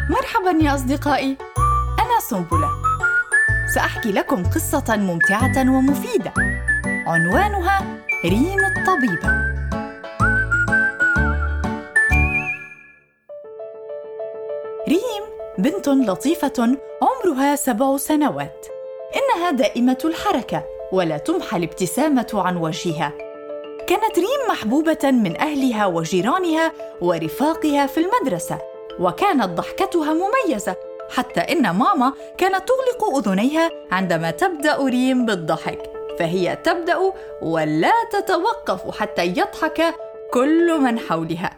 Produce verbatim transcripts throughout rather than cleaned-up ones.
مرحباً يا أصدقائي، أنا سنبلة. سأحكي لكم قصة ممتعة ومفيدة عنوانها ريم الطبيبة. ريم بنت لطيفة عمرها سبع سنوات. إنها دائمة الحركة ولا تمحى الابتسامة عن وجهها. كانت ريم محبوبة من أهلها وجيرانها ورفاقها في المدرسة، وكانت ضحكتها مميزة، حتى إن ماما كانت تغلق أذنيها عندما تبدأ ريم بالضحك، فهي تبدأ ولا تتوقف حتى يضحك كل من حولها.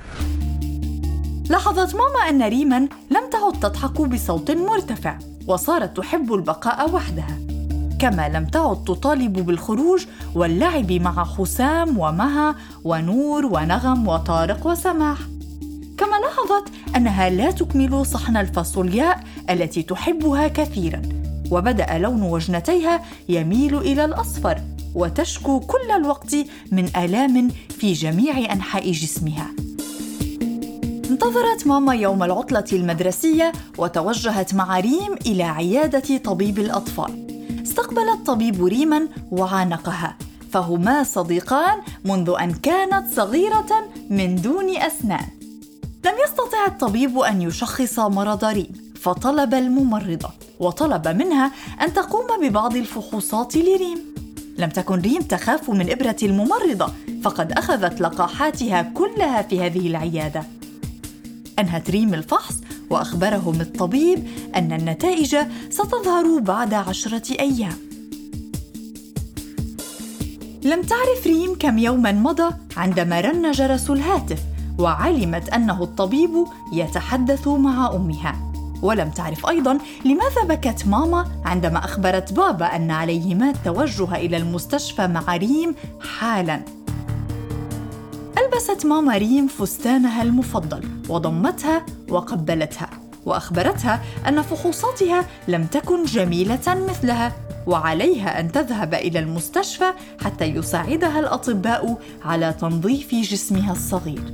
لاحظت ماما أن ريما لم تعد تضحك بصوت مرتفع، وصارت تحب البقاء وحدها، كما لم تعد تطالب بالخروج واللعب مع حسام ومها ونور ونغم وطارق وسماح. كما لاحظت أنها لا تكمل صحن الفاصولياء التي تحبها كثيراً، وبدأ لون وجنتيها يميل إلى الأصفر، وتشكو كل الوقت من آلام في جميع أنحاء جسمها. انتظرت ماما يوم العطلة المدرسية وتوجهت مع ريم إلى عيادة طبيب الأطفال. استقبل الطبيب ريما وعانقها، فهما صديقان منذ أن كانت صغيرة من دون أسنان. لم يستطع الطبيب أن يشخص مرض ريم، فطلب الممرضة وطلب منها أن تقوم ببعض الفحوصات لريم. لم تكن ريم تخاف من إبرة الممرضة، فقد أخذت لقاحاتها كلها في هذه العيادة. أنهت ريم الفحص وأخبرهم الطبيب أن النتائج ستظهر بعد عشرة أيام. لم تعرف ريم كم يوماً مضى عندما رن جرس الهاتف، وعلمت أنه الطبيب يتحدث مع أمها. ولم تعرف أيضاً لماذا بكت ماما عندما أخبرت بابا أن عليهما التوجه إلى المستشفى مع ريم حالاً. ألبست ماما ريم فستانها المفضل وضمتها وقبلتها، وأخبرتها أن فحوصاتها لم تكن جميلة مثلها، وعليها أن تذهب إلى المستشفى حتى يساعدها الأطباء على تنظيف جسمها الصغير.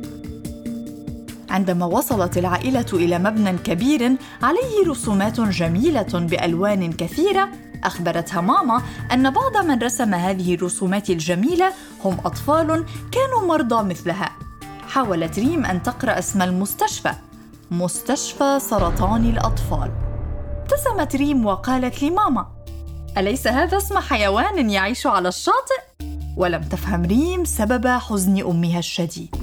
عندما وصلت العائلة إلى مبنى كبير عليه رسومات جميلة بألوان كثيرة، أخبرتها ماما أن بعض من رسم هذه الرسومات الجميلة هم أطفال كانوا مرضى مثلها. حاولت ريم أن تقرأ اسم المستشفى: مستشفى سرطان الأطفال. ابتسمت ريم وقالت لماما: أليس هذا اسم حيوان يعيش على الشاطئ؟ ولم تفهم ريم سبب حزن أمها الشديد.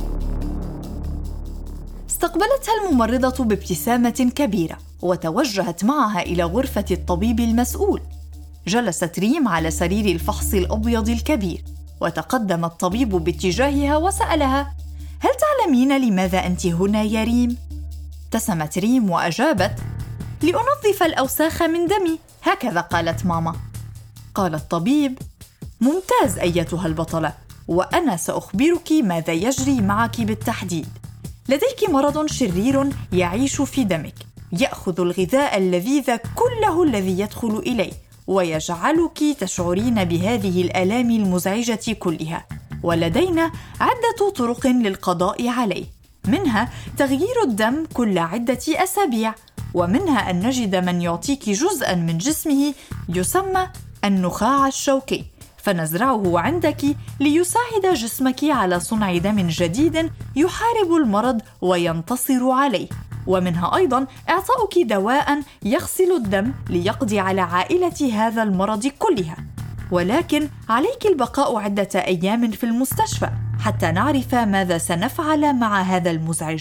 استقبلتها الممرضة بابتسامة كبيرة وتوجهت معها إلى غرفة الطبيب المسؤول. جلست ريم على سرير الفحص الأبيض الكبير، وتقدم الطبيب باتجاهها وسألها: هل تعلمين لماذا أنت هنا يا ريم؟ ابتسمت ريم وأجابت: لأنظف الأوساخ من دمي، هكذا قالت ماما. قال الطبيب: ممتاز أيتها البطلة، وأنا سأخبرك ماذا يجري معك بالتحديد. لديك مرض شرير يعيش في دمك، يأخذ الغذاء اللذيذ كله الذي يدخل إليه، ويجعلك تشعرين بهذه الآلام المزعجة كلها. ولدينا عدة طرق للقضاء عليه، منها تغيير الدم كل عدة أسابيع، ومنها أن نجد من يعطيك جزءاً من جسمه يسمى النخاع الشوكي، فنزرعه عندك ليساعد جسمك على صنع دم جديد يحارب المرض وينتصر عليه. ومنها أيضاً إعطاؤك دواء يغسل الدم ليقضي على عائلة هذا المرض كلها. ولكن عليك البقاء عدة أيام في المستشفى حتى نعرف ماذا سنفعل مع هذا المزعج.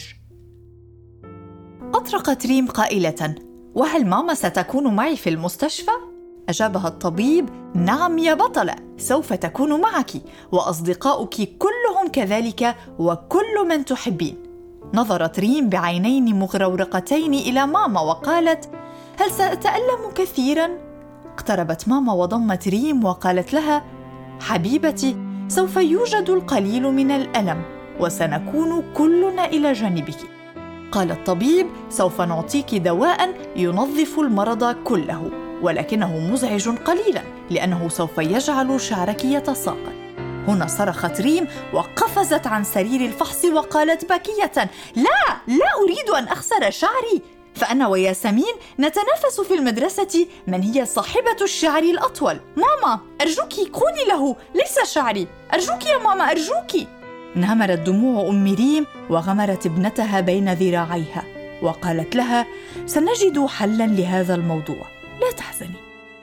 أطرقت ريم قائلة: وهل ماما ستكون معي في المستشفى؟ أجابها الطبيب: نعم يا بطلة، سوف تكون معك، وأصدقاؤك كلهم كذلك، وكل من تحبين. نظرت ريم بعينين مغرورقتين إلى ماما وقالت: هل سأتألم كثيراً؟ اقتربت ماما وضمت ريم وقالت لها: حبيبتي، سوف يوجد القليل من الألم، وسنكون كلنا إلى جانبك. قال الطبيب: سوف نعطيك دواء ينظف المرض كله، ولكنه مزعج قليلاً لأنه سوف يجعل شعرك يتساقط. هنا صرخت ريم وقفزت عن سرير الفحص وقالت باكية: لا لا أريد أن أخسر شعري، فأنا وياسمين نتنافس في المدرسة من هي صاحبة الشعر الأطول. ماما أرجوكي قولي له ليس شعري، أرجوكي يا ماما أرجوكي. انهمرت دموع أم ريم وغمرت ابنتها بين ذراعيها وقالت لها: سنجد حلاً لهذا الموضوع، لا تحزني.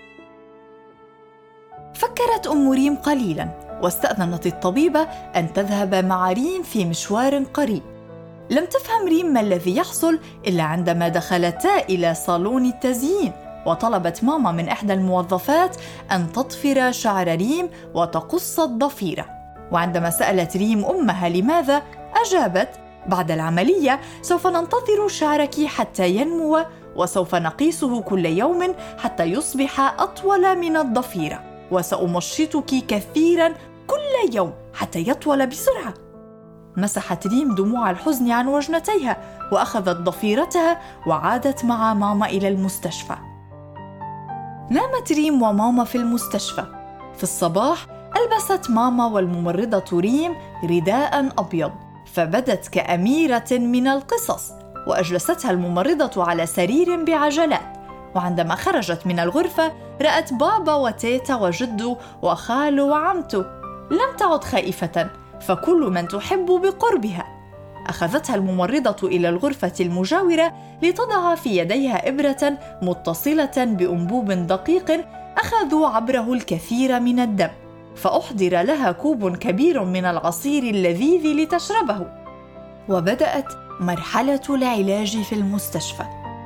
فكرت أم ريم قليلاً واستأذنت الطبيبة أن تذهب مع ريم في مشوار قريب. لم تفهم ريم ما الذي يحصل إلا عندما دخلتا إلى صالون التزيين، وطلبت ماما من إحدى الموظفات أن تضفر شعر ريم وتقص الضفيرة. وعندما سألت ريم أمها لماذا، أجابت: بعد العملية سوف ننتظر شعرك حتى ينمو، وسوف نقيسه كل يوم حتى يصبح أطول من الضفيرة، وسأمشطك كثيراً كل يوم حتى يطول بسرعة. مسحت ريم دموع الحزن عن وجنتيها وأخذت ضفيرتها وعادت مع ماما إلى المستشفى. نامت ريم وماما في المستشفى. في الصباح ألبست ماما والممرضة ريم رداء أبيض، فبدت كأميرة من القصص، وأجلستها الممرضة على سرير بعجلات. وعندما خرجت من الغرفة رأت بابا وتيتا وجدو وخالو وعمتو. لم تعد خائفة، فكل من تحب بقربها. أخذتها الممرضة إلى الغرفة المجاورة لتضع في يديها إبرة متصلة بأنبوب دقيق أخذوا عبره الكثير من الدم، فأحضر لها كوب كبير من العصير اللذيذ لتشربه. وبدأت مرحلة العلاج في المستشفى.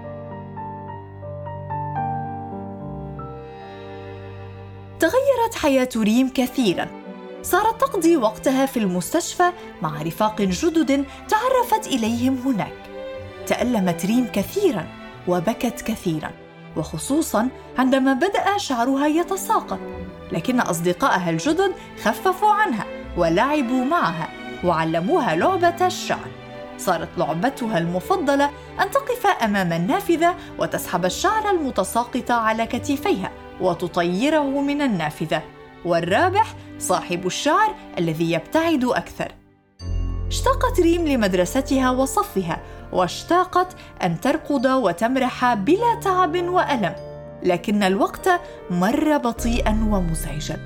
تغيرت حياة ريم كثيراً. صارت تقضي وقتها في المستشفى مع رفاق جدد تعرفت إليهم هناك. تألمت ريم كثيراً وبكت كثيراً، وخصوصاً عندما بدأ شعرها يتساقط، لكن أصدقائها الجدد خففوا عنها ولعبوا معها وعلموها لعبة الشعر. صارت لعبتها المفضلة أن تقف أمام النافذة وتسحب الشعر المتساقط على كتفيها وتطيره من النافذة، والرابح صاحب الشعر الذي يبتعد أكثر. اشتاقت ريم لمدرستها وصفها، واشتاقت أن تركض وتمرح بلا تعب وألم، لكن الوقت مر بطيئاً ومزعجاً.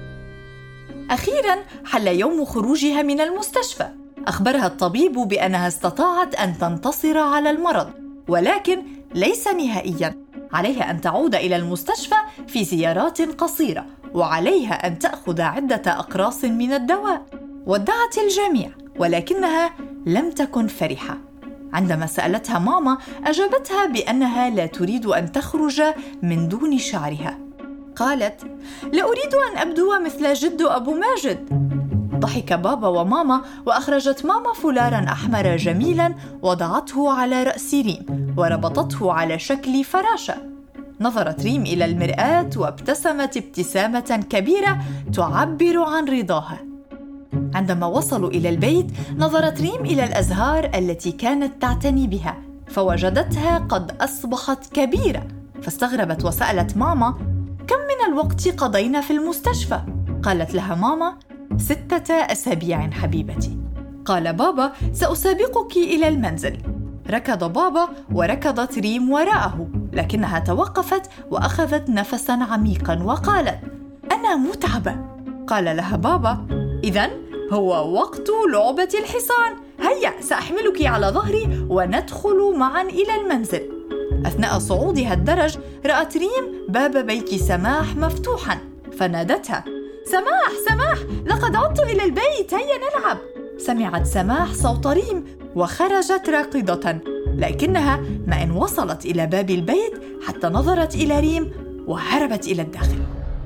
أخيراً حل يوم خروجها من المستشفى. أخبرها الطبيب بأنها استطاعت أن تنتصر على المرض، ولكن ليس نهائياً. عليها أن تعود إلى المستشفى في زيارات قصيرة، وعليها أن تأخذ عدة أقراص من الدواء. ودعت الجميع، ولكنها لم تكن فرحة. عندما سألتها ماما أجابتها بأنها لا تريد أن تخرج من دون شعرها. قالت: لا أريد أن أبدو مثل جد أبو ماجد. ضحك بابا وماما، وأخرجت ماما فولاراً أحمر جميلاً وضعته على رأس ريم وربطته على شكل فراشة. نظرت ريم إلى المرآة وابتسمت ابتسامة كبيرة تعبر عن رضاها. عندما وصلوا إلى البيت نظرت ريم إلى الأزهار التي كانت تعتني بها، فوجدتها قد أصبحت كبيرة، فاستغربت وسألت ماما: كم من الوقت قضينا في المستشفى؟ قالت لها ماما: ستة أسابيع حبيبتي. قال بابا: سأسابقك إلى المنزل. ركض بابا وركضت ريم وراءه، لكنها توقفت وأخذت نفساً عميقاً وقالت: أنا متعبة. قال لها بابا: إذن هو وقت لعبة الحصان، هيا سأحملك على ظهري وندخل معاً إلى المنزل. أثناء صعودها الدرج رأت ريم باب بيت سماح مفتوحاً، فنادتها: سماح سماح، لقد عدت إلى البيت، هيا نلعب. سمعت سماح صوت ريم وخرجت راكضة، لكنها ما إن وصلت إلى باب البيت حتى نظرت إلى ريم وهربت إلى الداخل.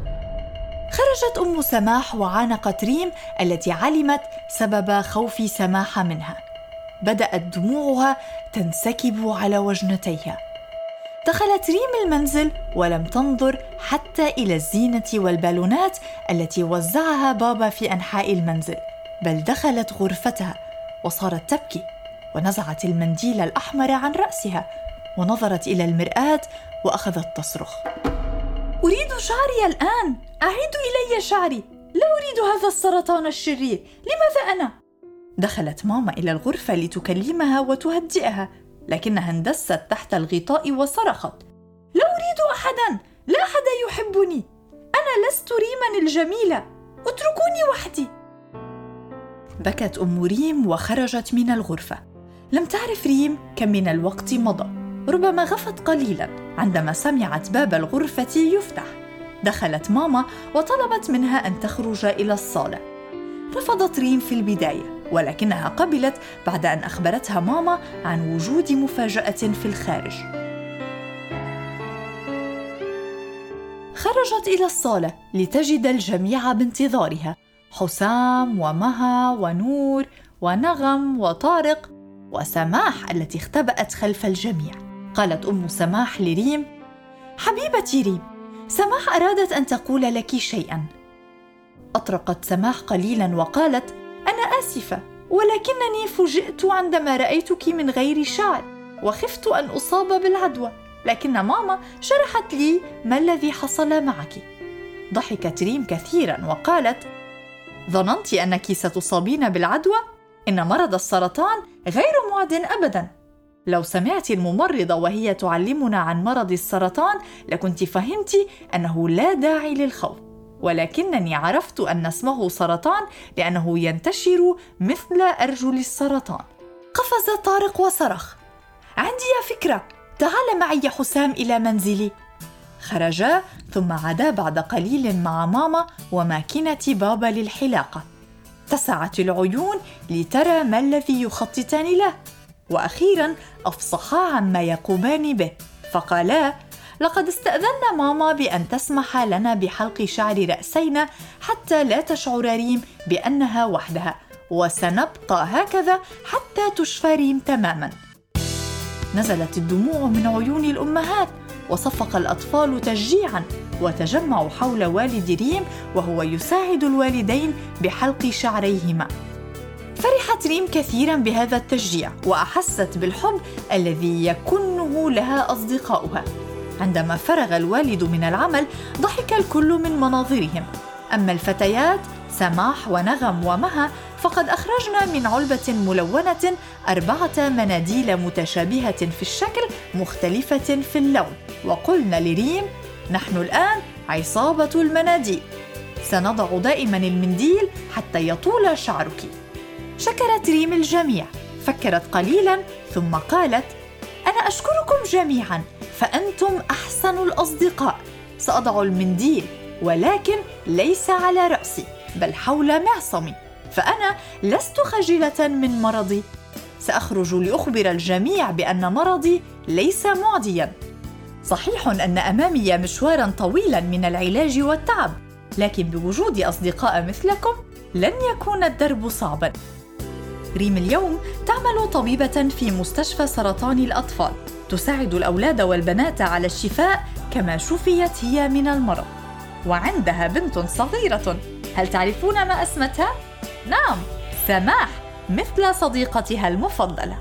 خرجت أم سماح وعانقت ريم التي علمت سبب خوف سماح منها. بدأت دموعها تنسكب على وجنتيها. دخلت ريم المنزل ولم تنظر حتى إلى الزينة والبالونات التي وزعها بابا في أنحاء المنزل، بل دخلت غرفتها وصارت تبكي، ونزعت المنديل الأحمر عن رأسها ونظرت إلى المرآة وأخذت تصرخ: أريد شعري الآن، أعيدوا إلي شعري. لا أريد هذا السرطان الشرير، لماذا أنا؟ دخلت ماما إلى الغرفة لتكلمها وتهدئها، لكنها اندست تحت الغطاء وصرخت: لا أريد أحداً، لا أحد يحبني، أنا لست ريما الجميلة، اتركوني وحدي. بكت أم ريم وخرجت من الغرفة. لم تعرف ريم كم من الوقت مضى، ربما غفت قليلاً عندما سمعت باب الغرفة يفتح. دخلت ماما وطلبت منها أن تخرج إلى الصالة. رفضت ريم في البداية، ولكنها قبلت بعد أن أخبرتها ماما عن وجود مفاجأة في الخارج. خرجت إلى الصالة لتجد الجميع بانتظارها: حسام ومها ونور ونغم وطارق وسماح التي اختبأت خلف الجميع. قالت أم سماح لريم: حبيبتي ريم، سماح أرادت أن تقول لك شيئاً. أطرقت سماح قليلاً وقالت: أنا آسفة، ولكنني فوجئت عندما رأيتك من غير شعر وخفت أن أصاب بالعدوى، لكن ماما شرحت لي ما الذي حصل معك. ضحكت ريم كثيراً وقالت: ظننت أنك ستصابين بالعدوى؟ إن مرض السرطان غير معد أبداً. لو سمعت الممرضة وهي تعلمنا عن مرض السرطان لكنت فهمت أنه لا داعي للخوف، ولكنني عرفت أن اسمه سرطان لأنه ينتشر مثل أرجل السرطان. قفز طارق وصرخ: عندي فكرة، تعال معي يا حسام إلى منزلي. خرجا ثم عادا بعد قليل مع ماما وماكينة بابا للحلاقة. اتسعت العيون لترى ما الذي يخططان له، وأخيراً أفصحا عما يقومان به، فقالا: لقد استأذنا ماما بأن تسمح لنا بحلق شعر رأسينا حتى لا تشعر ريم بأنها وحدها، وسنبقى هكذا حتى تشفى ريم تماماً. نزلت الدموع من عيون الأمهات، وصفق الأطفال تشجيعاً، وتجمعوا حول والد ريم وهو يساعد الوالدين بحلق شعريهما. فرحت ريم كثيراً بهذا التشجيع، وأحست بالحب الذي يكنه لها أصدقاؤها. عندما فرغ الوالد من العمل ضحك الكل من مناظرهم. أما الفتيات سماح ونغم ومها فقد أخرجنا من علبة ملونة أربعة مناديل متشابهة في الشكل مختلفة في اللون، وقلنا لريم: نحن الآن عصابة المناديل، سنضع دائما المنديل حتى يطول شعرك. شكرت ريم الجميع، فكرت قليلا ثم قالت: أنا أشكركم جميعا، فأنتم أحسن الأصدقاء. سأضع المنديل ولكن ليس على رأسي بل حول معصمي، فأنا لست خجلة من مرضي. سأخرج لأخبر الجميع بأن مرضي ليس معديا. صحيح أن أمامي مشوارا طويلا من العلاج والتعب، لكن بوجود أصدقاء مثلكم لن يكون الدرب صعبا. ريم اليوم تعمل طبيبة في مستشفى سرطان الأطفال، تساعد الأولاد والبنات على الشفاء كما شفيت هي من المرض. وعندها بنت صغيرة، هل تعرفون ما اسمتها؟ نعم، سماح، مثل صديقتها المفضلة.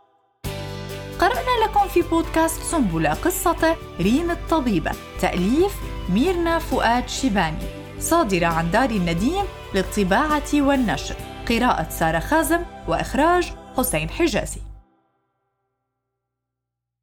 قرأنا لكم في بودكاست سنبلة قصة ريم الطبيبة، تأليف ميرنا فؤاد شيباني، صادرة عن دار النديم للطباعة والنشر، قراءة سارة خازم، وإخراج حسين حجازي.